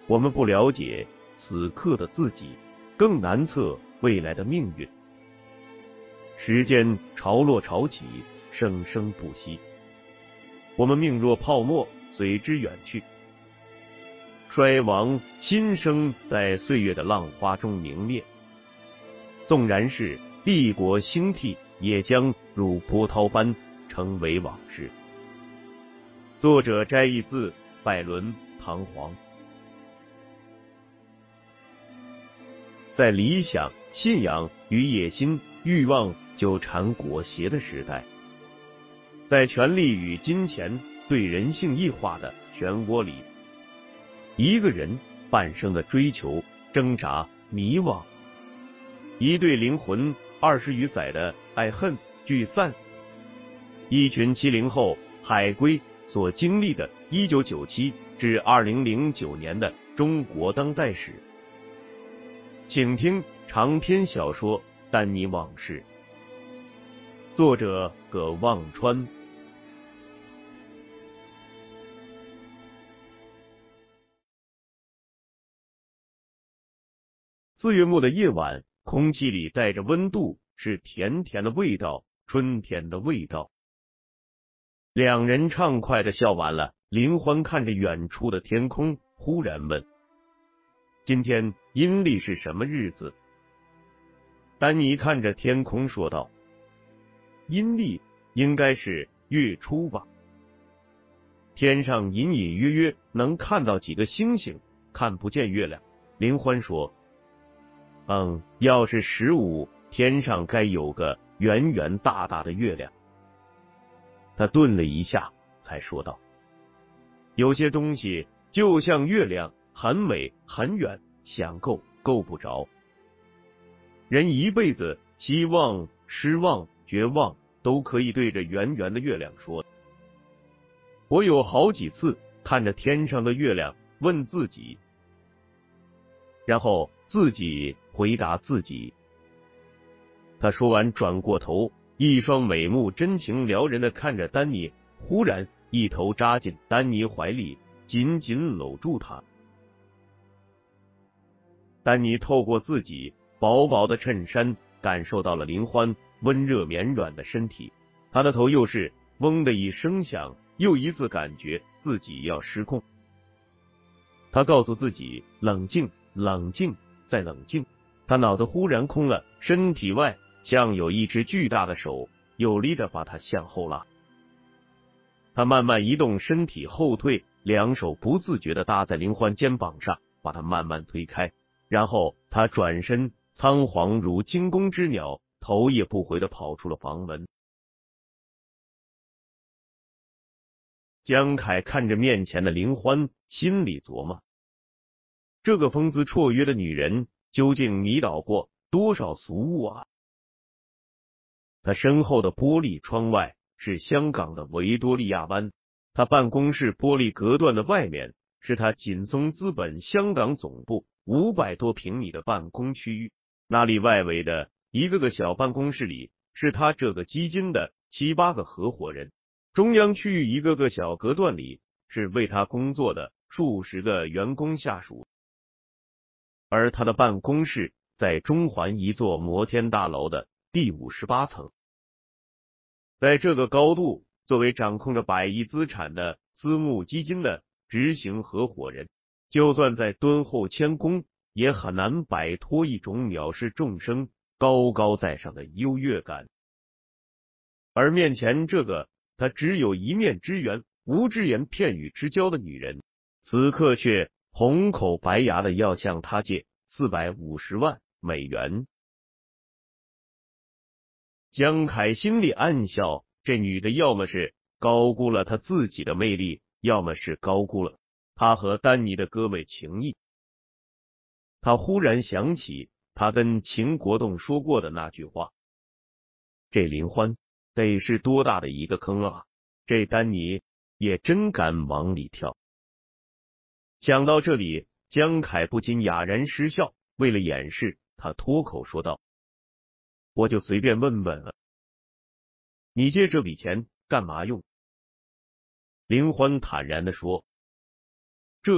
我们不了解此刻的自己，更难测未来的命运。时间潮落潮起，生生不息。我们命若泡沫，随之远去。衰亡新生在岁月的浪花中明灭。纵然是帝国兴替，也将如波涛般成为往事。作者摘译自拜伦·唐璜。在理想、信仰与野心、欲望纠缠裹挟的时代，在权力与金钱对人性异化的漩涡里，一个人半生的追求、挣扎、迷惘，一对灵魂20余载的爱恨聚散，一群70后海归所经历的1997至2009年的中国当代史。请听长篇小说《丹尼往事》，作者葛望川。4月末的夜晚，空气里带着温度，是甜甜的味道，春天的味道。两人畅快地笑完了，林欢看着远处的天空，忽然问：今天阴历是什么日子？丹尼看着天空说道：阴历应该是月初吧。天上隐隐约约能看到几个星星，看不见月亮。林欢说：要是15，天上该有个圆圆大大的月亮。他顿了一下，才说道：有些东西就像月亮，很美很远，想够够不着。人一辈子希望、失望、绝望都可以对着圆圆的月亮说。我有好几次看着天上的月亮问自己，然后自己回答自己。他说完转过头，一双美目真情撩人的看着丹尼，忽然一头扎进丹尼怀里，紧紧搂住他。丹尼透过自己薄薄的衬衫感受到了林欢温热绵软的身体，他的头又是嗡的一声响，又一次感觉自己要失控。他告诉自己冷静冷静再冷静，他脑子忽然空了，身体外像有一只巨大的手有力的把他向后拉。他慢慢移动身体后退，两手不自觉的搭在林欢肩膀上，把他慢慢推开，然后他转身仓皇如惊弓之鸟，头也不回的跑出了房门。江凯看着面前的林欢，心里琢磨，这个风姿绰约的女人究竟迷倒过多少俗物啊。他身后的玻璃窗外是香港的维多利亚湾，他办公室玻璃隔断的外面是他锦松资本香港总部500多平米的办公区域，那里外围的一个个小办公室里是他这个基金的7、8个合伙人，中央区域一个个小隔断里是为他工作的数十个员工下属，而他的办公室在中环一座摩天大楼的第58层。在这个高度，作为掌控着100亿资产的私募基金的执行合伙人，就算在敦厚谦恭，也很难摆脱一种藐视众生、高高在上的优越感。而面前这个他只有一面之缘，无只言片语之交的女人，此刻却红口白牙的要向他借450万美元。江凯心里暗笑，这女的要么是高估了他自己的魅力，要么是高估了他和丹尼的哥们情谊。他忽然想起他跟秦国栋说过的那句话，这林欢得是多大的一个坑啊，这丹尼也真敢往里跳。想到这里，江凯不禁哑然失笑，为了掩饰，他脱口说道：我就随便问问了，你借这笔钱干嘛用？林欢坦然地说：这个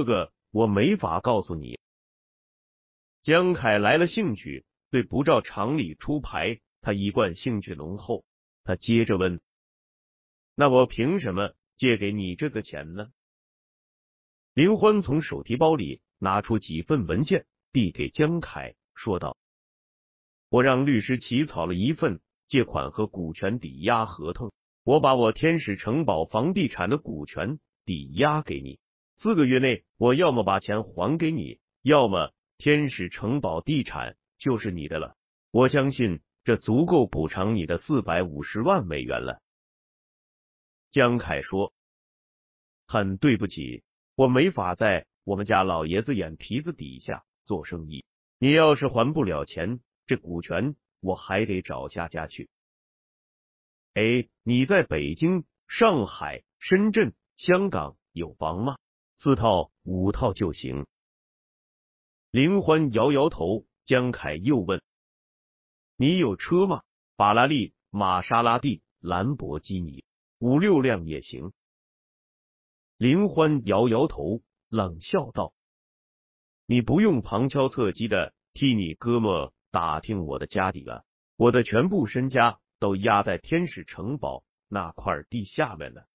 我没法告诉你。江凯来了兴趣，对不照常理出牌，他一贯兴趣浓厚。他接着问：那我凭什么借给你这个钱呢？林欢从手提包里拿出几份文件，递给江凯，说道：我让律师起草了一份借款和股权抵押合同，我把我天使城堡房地产的股权抵押给你，4个月内我要么把钱还给你，要么天使城堡地产就是你的了。我相信这足够补偿你的450万美元了。江凯说：很对不起，我没法在我们家老爷子眼皮子底下做生意，你要是还不了钱，这股权我还得找下家去。哎，你在北京、上海、深圳、香港有房吗？4套、5套就行。林欢摇摇头。江凯又问：你有车吗？法拉利、玛莎拉蒂、兰博基尼，5、6辆也行。林欢摇摇头，冷笑道：你不用旁敲侧击的替你哥们打听我的家底了，我的全部身家都压在天使城堡那块地下面了。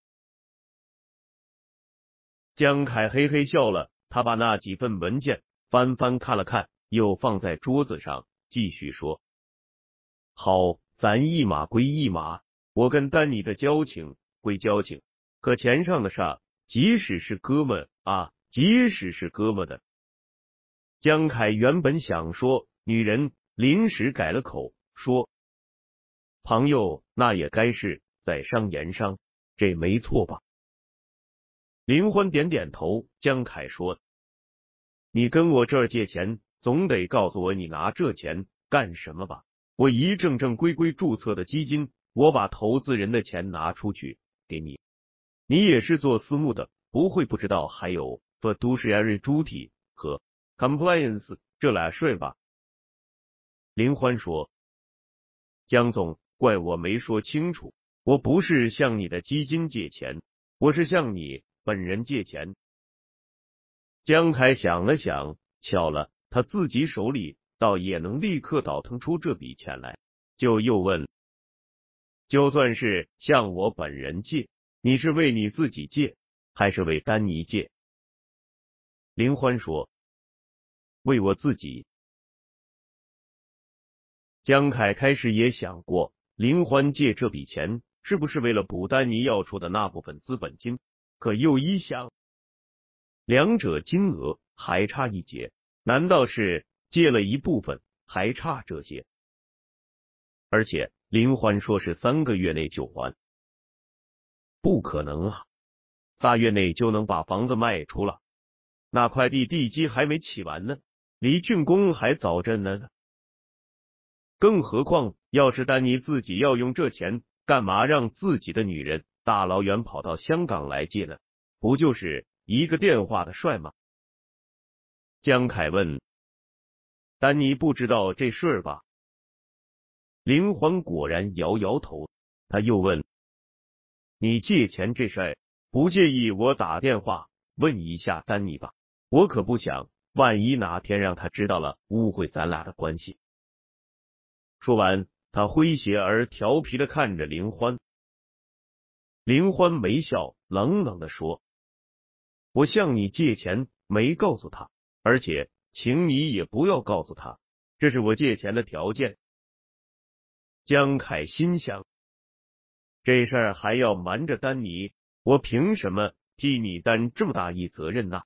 江凯嘿嘿笑了，他把那几份文件翻看了看，又放在桌子上，继续说：好，咱一码归一码，我跟丹尼的交情归交情，可钱上的事，即使是哥们的。江凯原本想说女人，临时改了口，说：朋友那也该是在商言商，这没错吧？林欢点点头。江凯说：你跟我这儿借钱，总得告诉我你拿这钱干什么吧？我一正正规规注册的基金，我把投资人的钱拿出去给你，你也是做私募的，不会不知道还有 fiduciary duty 和 compliance 这俩事吧？林欢说：江总，怪我没说清楚，我不是向你的基金借钱，我是向你本人借钱。江凯想了想，巧了，他自己手里倒也能立刻倒腾出这笔钱来，就又问：就算是向我本人借，你是为你自己借，还是为丹尼借？林欢说：为我自己。江凯开始也想过，林欢借这笔钱是不是为了补丹尼要出的那部分资本金，可又一想，两者金额还差一截，难道是借了一部分，还差这些？而且林欢说是3个月内就还，不可能啊！3月内就能把房子卖出了，那块地地基还没起完呢，离竣工还早着呢。更何况，要是丹尼自己要用这钱，干嘛让自己的女人大老远跑到香港来借呢？不就是一个电话的帅吗？江凯问：丹尼不知道这事儿吧？林欢果然摇摇头。他又问：你借钱这事儿，不介意我打电话问一下丹尼吧？我可不想万一哪天让他知道了，误会咱俩的关系。说完，他诙谐而调皮的看着林欢。林欢没笑，冷冷的说：我向你借钱没告诉他，而且请你也不要告诉他，这是我借钱的条件。江凯心想，这事儿还要瞒着丹尼，我凭什么替你担这么大一责任呢？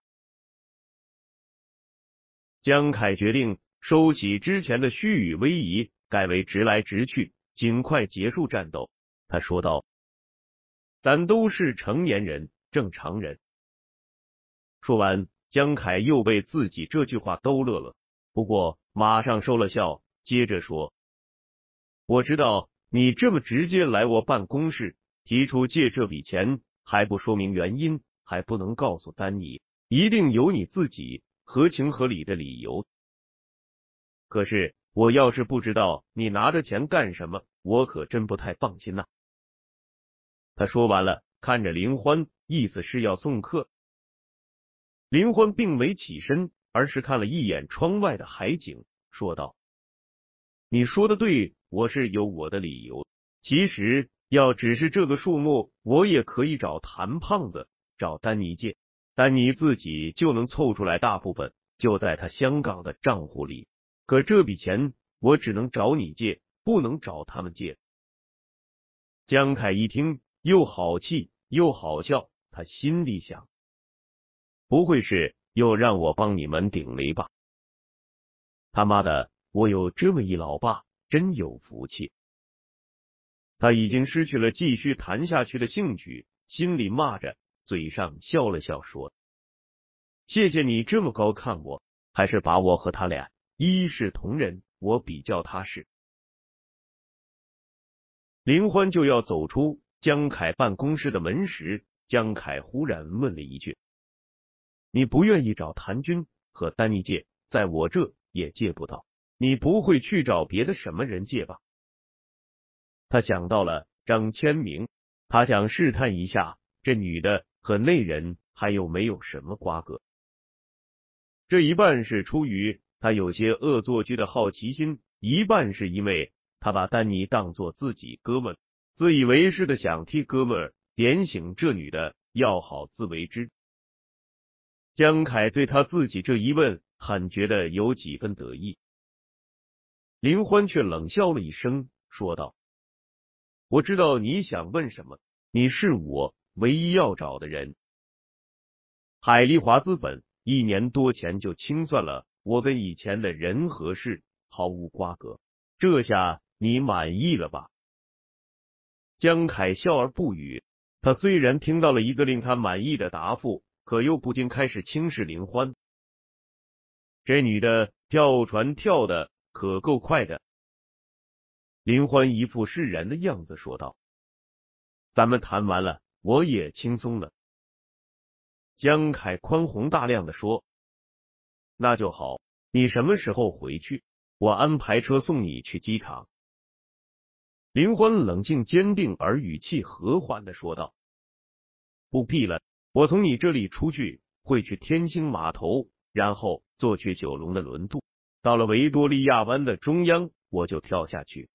江凯决定收起之前的虚与委蛇，改为直来直去，尽快结束战斗。他说道：咱都是成年人，正常人。说完，江凯又被自己这句话逗乐了，不过马上收了笑，接着说：我知道你这么直接来我办公室提出借这笔钱，还不说明原因，还不能告诉丹尼，一定有你自己合情合理的理由。可是我要是不知道你拿着钱干什么，我可真不太放心呐。他说完了，看着林欢，意思是要送客。 林欢并没起身，而是看了一眼窗外的海景，说道：“你说的对，我是有我的理由。其实要只是这个数目，我也可以找谭胖子，找丹尼借，丹尼自己就能凑出来大部分，就在他香港的账户里。可这笔钱我只能找你借，不能找他们借。”江凯一听，又好气又好笑，他心里想：不会是又让我帮你们顶雷吧？他妈的，我有这么一老爸，真有福气。他已经失去了继续谈下去的兴趣，心里骂着，嘴上笑了笑，说：谢谢你这么高看我，还是把我和他俩一视同仁，我比较踏实。林欢就要走出江凯办公室的门时，江凯忽然问了一句：你不愿意找谭军和丹尼借，在我这也借不到，你不会去找别的什么人借吧？他想到了张千明，他想试探一下这女的和那人还有没有什么瓜葛。这一半是出于他有些恶作剧的好奇心，一半是因为他把丹尼当作自己哥们，自以为是的想替哥们点醒这女的要好自为之。江凯对他自己这一问，很觉得有几分得意。林欢却冷笑了一声，说道：我知道你想问什么，你是我唯一要找的人。海利华资本1年多前就清算了我跟以前的人和事，毫无瓜葛，这下你满意了吧？江凯笑而不语，他虽然听到了一个令他满意的答复，可又不禁开始轻视林欢。这女的跳船跳的可够快的。林欢一副释然的样子说道：咱们谈完了，我也轻松了。江凯宽宏大量的说：那就好，你什么时候回去？我安排车送你去机场。林欢冷静坚定而语气和缓的说道：不必了，我从你这里出去会去天星码头，然后坐去九龙的轮渡，到了维多利亚湾的中央，我就跳下去。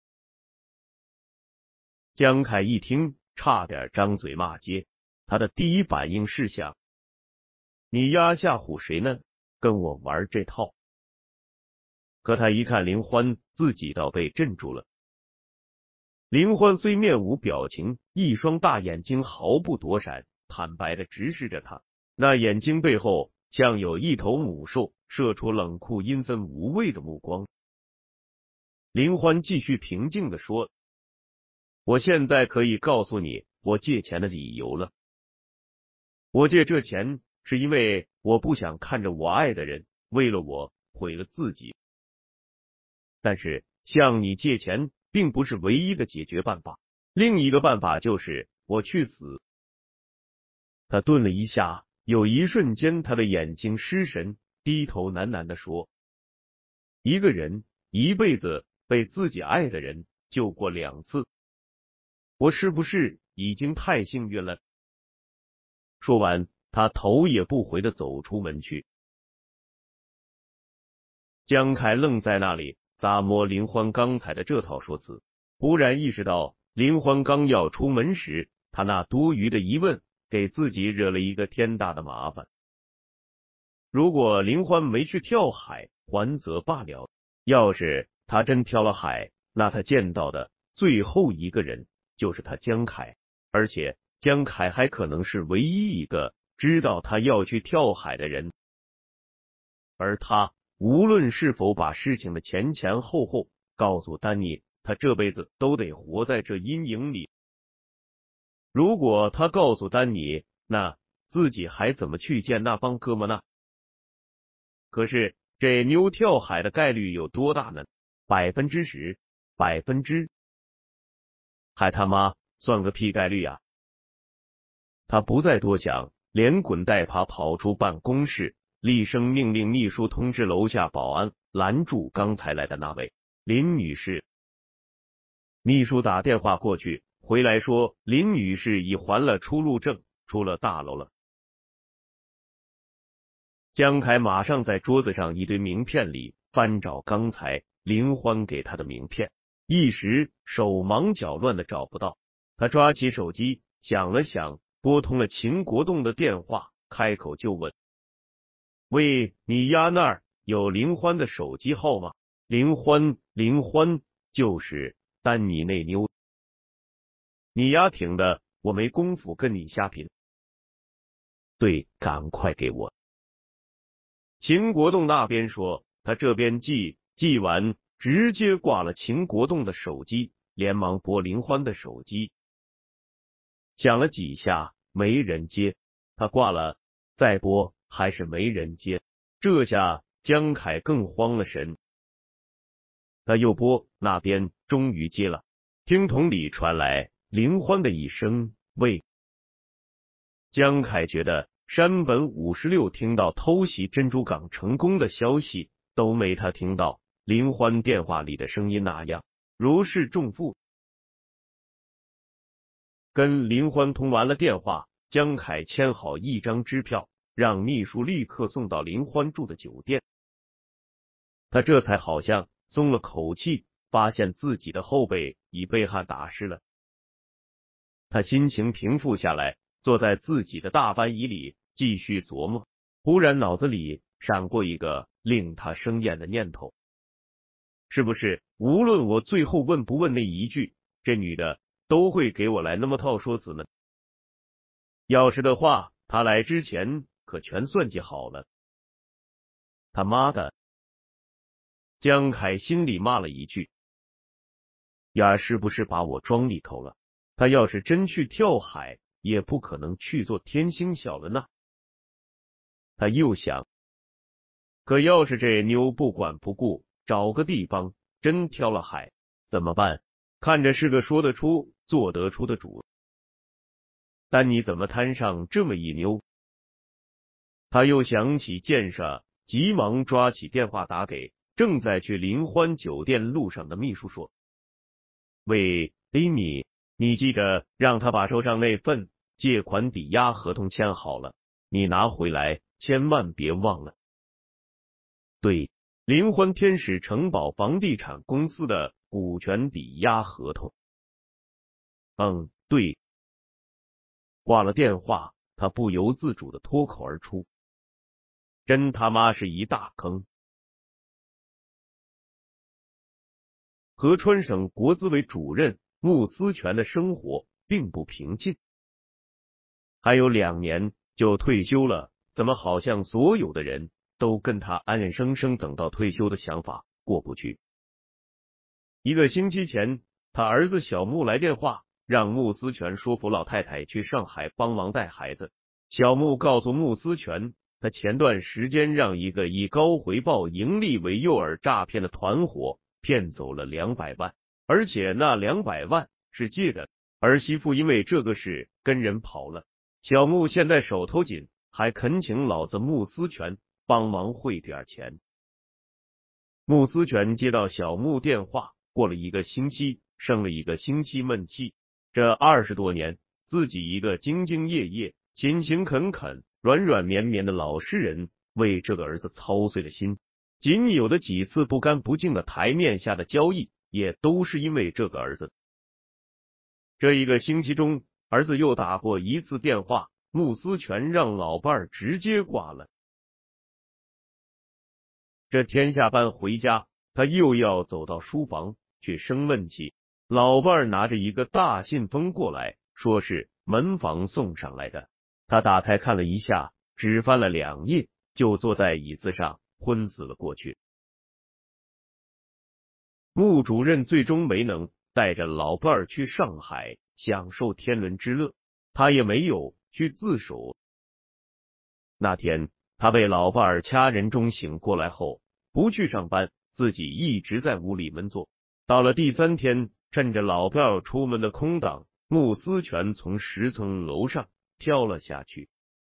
江凯一听，差点张嘴骂街。他的第一反应是想：你压吓唬谁呢？跟我玩这套。可他一看林欢，自己倒被镇住了。林欢虽面无表情，一双大眼睛毫不躲闪，坦白的直视着他，那眼睛背后像有一头母兽射出冷酷阴森无畏的目光。林欢继续平静的说：我现在可以告诉你我借钱的理由了。我借这钱是因为我不想看着我爱的人为了我毁了自己。但是向你借钱并不是唯一的解决办法，另一个办法就是我去死。他顿了一下，有一瞬间他的眼睛失神，低头喃喃地说：一个人一辈子被自己爱的人救过2次，我是不是已经太幸运了？说完，他头也不回的走出门去。江凯愣在那里，咂摸林欢刚才的这套说辞，忽然意识到林欢刚要出门时，他那多余的疑问给自己惹了一个天大的麻烦。如果林欢没去跳海，还则罢了，要是他真跳了海，那他见到的最后一个人就是他江凯，而且江凯还可能是唯一一个知道他要去跳海的人。而他无论是否把事情的前前后后告诉丹尼，他这辈子都得活在这阴影里。如果他告诉丹尼，那自己还怎么去见那帮哥们呢？可是这妞跳海的概率有多大呢？10%，还他妈算个屁概率啊！他不再多想，连滚带爬跑出办公室，厉声命令秘书通知楼下保安拦住刚才来的那位林女士。秘书打电话过去，回来说林女士已还了出入证，出了大楼了。 江凯马上在桌子上一堆名片里翻找刚才林欢给他的名片，一时手忙脚乱的找不到。他抓起手机想了想，拨通了秦国栋的电话，开口就问：喂，你丫那儿有林欢的手机号吗？林欢就是丹尼那妞。你丫挺的，我没工夫跟你瞎贫。对，赶快给我。秦国栋那边说，他这边记完，直接挂了秦国栋的手机，连忙拨林欢的手机。响了几下，没人接，他挂了，再拨，还是没人接。这下江凯更慌了神。他又拨，那边终于接了，听筒里传来林欢的一声喂。江凯觉得山本56听到偷袭珍珠港成功的消息，都没他听到林欢电话里的声音那样如释重负。跟林欢通完了电话，江凯签好一张支票，让秘书立刻送到林欢住的酒店。他这才好像松了口气，发现自己的后背已被汗打湿了。他心情平复下来，坐在自己的大班椅里继续琢磨。忽然脑子里闪过一个令他生厌的念头，是不是无论我最后问不问那一句，这女的都会给我来那么套说辞呢？要是的话，他来之前可全算计好了。他妈的！江凯心里骂了一句，丫是不是把我装里头了？他要是真去跳海，也不可能去做天星小了呢。他又想，可要是这妞不管不顾，找个地方真跳了海，怎么办？看着是个说得出做得出的主，但你怎么摊上这么一妞？他又想起剑杀，急忙抓起电话打给正在去林欢酒店路上的秘书说：喂，Amy，你记着让他把手上那份借款抵押合同签好了，你拿回来千万别忘了。对，林欢天使城堡房地产公司的股权抵押合同。对。挂了电话，他不由自主的脱口而出：真他妈是一大坑。合川省国资委主任穆思全的生活并不平静，还有2年就退休了，怎么好像所有的人都跟他安安生生等到退休的想法过不去。1个星期前，他儿子小穆来电话，让穆思全说服老太太去上海帮忙带孩子。小穆告诉穆思全，他前段时间让一个以高回报盈利为诱饵诈骗的团伙骗走了200万，而且那200万是借的。儿媳妇因为这个事跟人跑了，小穆现在手头紧，还恳请老子穆思全帮忙汇点钱。穆思全接到小穆电话，过了1个星期，生了1个星期闷气。这20多年，自己一个兢兢业业、勤勤恳恳、软软绵绵的老实人，为这个儿子操碎了心。仅有的几次不干不净的台面下的交易，也都是因为这个儿子。这1个星期中，儿子又打过1次电话，穆思全让老伴儿直接挂了。这天下班回家，他又要走到书房去生闷气。老伴儿拿着一个大信封过来，说是门房送上来的。他打开看了一下，只翻了2页，就坐在椅子上昏死了过去。穆主任最终没能带着老伴儿去上海享受天伦之乐，他也没有去自首。那天他被老伴儿掐人中醒过来后，不去上班，自己一直在屋里闷坐。到了第3天，趁着老伴儿出门的空档，穆思全从10层楼上跳了下去。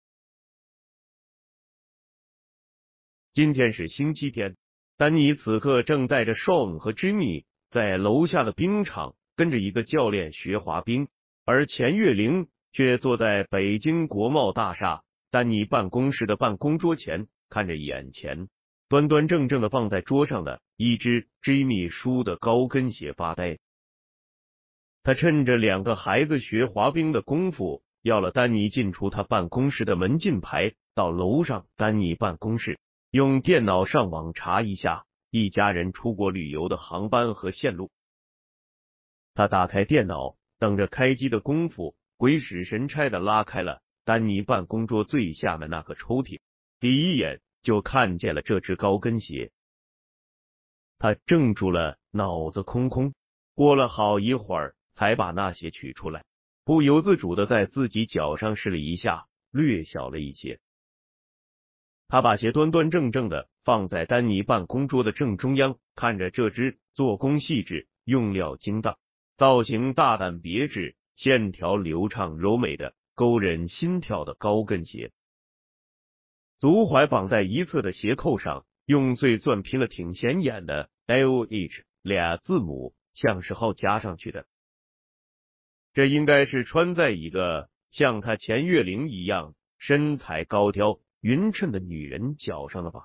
今天是星期天，丹尼此刻正带着 Sean 和 Jimmy 在楼下的冰场跟着一个教练学滑冰，而钱月玲却坐在北京国贸大厦丹尼办公室的办公桌前看着眼前端端正正的放在桌上的一只 Jimmy 叔的高跟鞋发呆。他趁着2个孩子学滑冰的功夫，要了丹尼进出他办公室的门禁牌，到楼上丹尼办公室，用电脑上网查一下一家人出国旅游的航班和线路。他打开电脑，等着开机的功夫，鬼使神差的拉开了丹尼办公桌最下面那个抽屉，第一眼就看见了这只高跟鞋。他怔住了，脑子空空，过了好一会儿才把那鞋取出来，不由自主的在自己脚上试了一下，略小了一些。他把鞋端端正正的放在丹尼办公桌的正中央，看着这只做工细致、用料精当、造型大胆别致、线条流畅柔美的勾人心跳的高跟鞋。足踝绑在一侧的鞋扣上，用碎钻拼了挺显眼的 LH 俩字母，像是号加上去的。这应该是穿在一个像他钱月玲一样身材高挑、匀称的女人脚上的吧。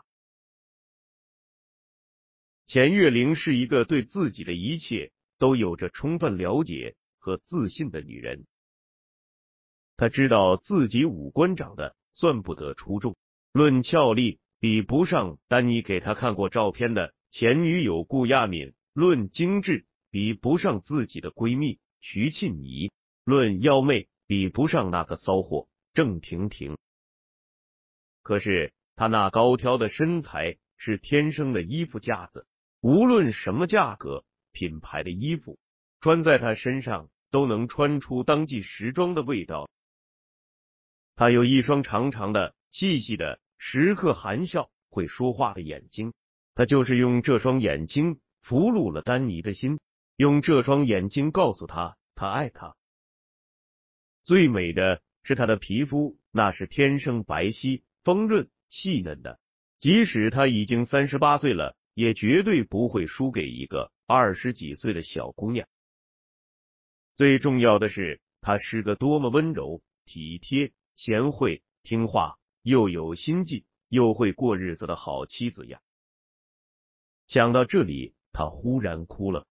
钱月玲是一个对自己的一切都有着充分了解和自信的女人。她知道自己五官长得算不得出众，论俏丽比不上丹尼给他看过照片的前女友顾亚敏，论精致比不上自己的闺蜜徐庆怡，论妖媚比不上那个骚货郑婷婷。可是她那高挑的身材是天生的衣服架子，无论什么价格品牌的衣服穿在她身上都能穿出当季时装的味道。她有一双长长的细细的时刻含笑会说话的眼睛，她就是用这双眼睛俘虏了丹尼的心，用这双眼睛告诉他他爱他。最美的是她的皮肤，那是天生白皙、丰润、细嫩的，即使她已经38岁了，也绝对不会输给一个20几岁的小姑娘。最重要的是，她是个多么温柔、体贴、贤惠、听话，又有心计，又会过日子的好妻子呀。想到这里，他忽然哭了。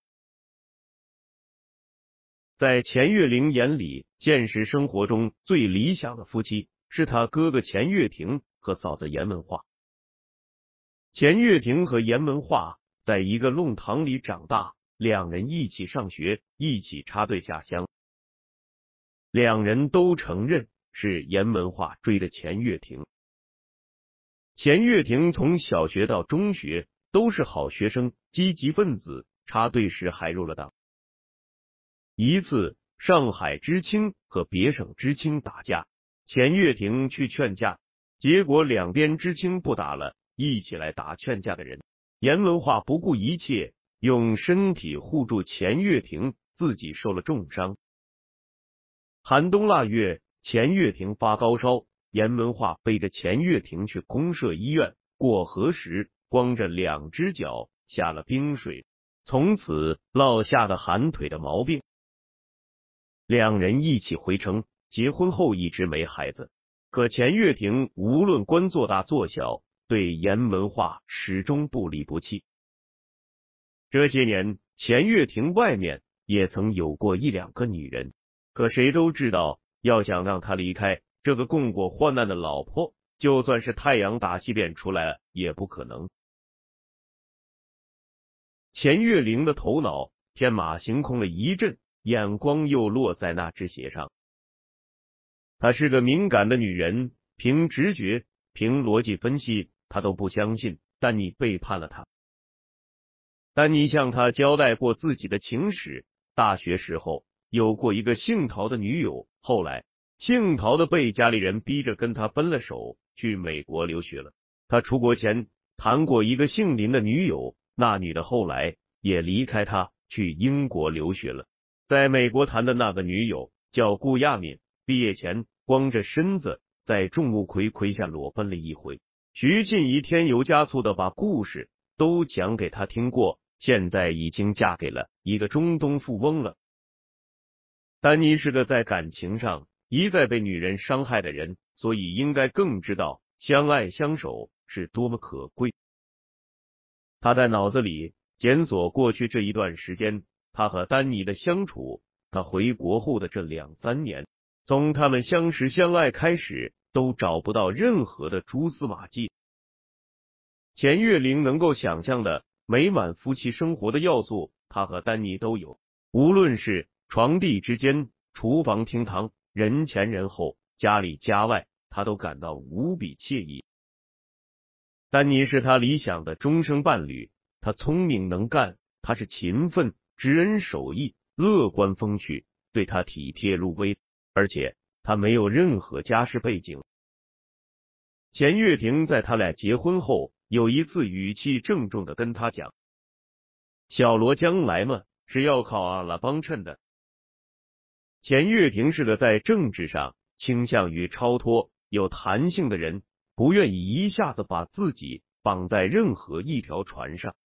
在钱月玲眼里，现实生活中最理想的夫妻是他哥哥钱月亭和嫂子严文化。钱月亭和严文化在一个弄堂里长大，两人一起上学，一起插队下乡。两人都承认是严文化追的钱月亭。钱月亭从小学到中学都是好学生、积极分子，插队时还入了党。一次，上海知青和别省知青打架，钱月亭去劝架，结果两边知青不打了，一起来打劝架的人。严文化不顾一切，用身体护住钱月亭，自己受了重伤。寒冬腊月，钱月亭发高烧，严文化背着钱月亭去公社医院，过河时光着两只脚下了冰水，从此落下了寒腿的毛病。两人一起回城，结婚后一直没孩子。可钱月亭无论官做大做小，对严文化始终不离不弃。这些年，钱月亭外面也曾有过1、2个女人，可谁都知道，要想让他离开这个共过患难的老婆，就算是太阳打西边出来了，也不可能。钱月玲的头脑天马行空了一阵，眼光又落在那只鞋上。她是个敏感的女人，凭直觉、凭逻辑分析，她都不相信丹尼背叛了她。丹尼向她交代过自己的情史，大学时候有过一个姓陶的女友，后来姓陶的被家里人逼着跟他分了手，去美国留学了。他出国前谈过一个姓林的女友，那女的后来也离开他去英国留学了。在美国谈的那个女友叫顾亚敏，毕业前光着身子在众目睽睽下裸奔了一回。徐庆怡添油加醋的把故事都讲给他听过，现在已经嫁给了一个中东富翁了。丹尼是个在感情上一再被女人伤害的人，所以应该更知道相爱相守是多么可贵。他在脑子里检索过去这一段时间他和丹尼的相处，他回国后的这2-3年，从他们相识相爱开始，都找不到任何的蛛丝马迹。钱月玲能够想象的美满夫妻生活的要素，他和丹尼都有，无论是床地之间、厨房厅堂、人前人后、家里家外，他都感到无比惬意。丹尼是他理想的终生伴侣，他聪明能干，他是勤奋、知恩守义、乐观风趣，对他体贴入微，而且他没有任何家世背景。钱月婷在他俩结婚后，有一次语气郑重的跟他讲：“小罗将来嘛，是要靠俺了帮衬的。”钱月婷是个在政治上倾向于超脱、有弹性的人，不愿意一下子把自己绑在任何一条船上。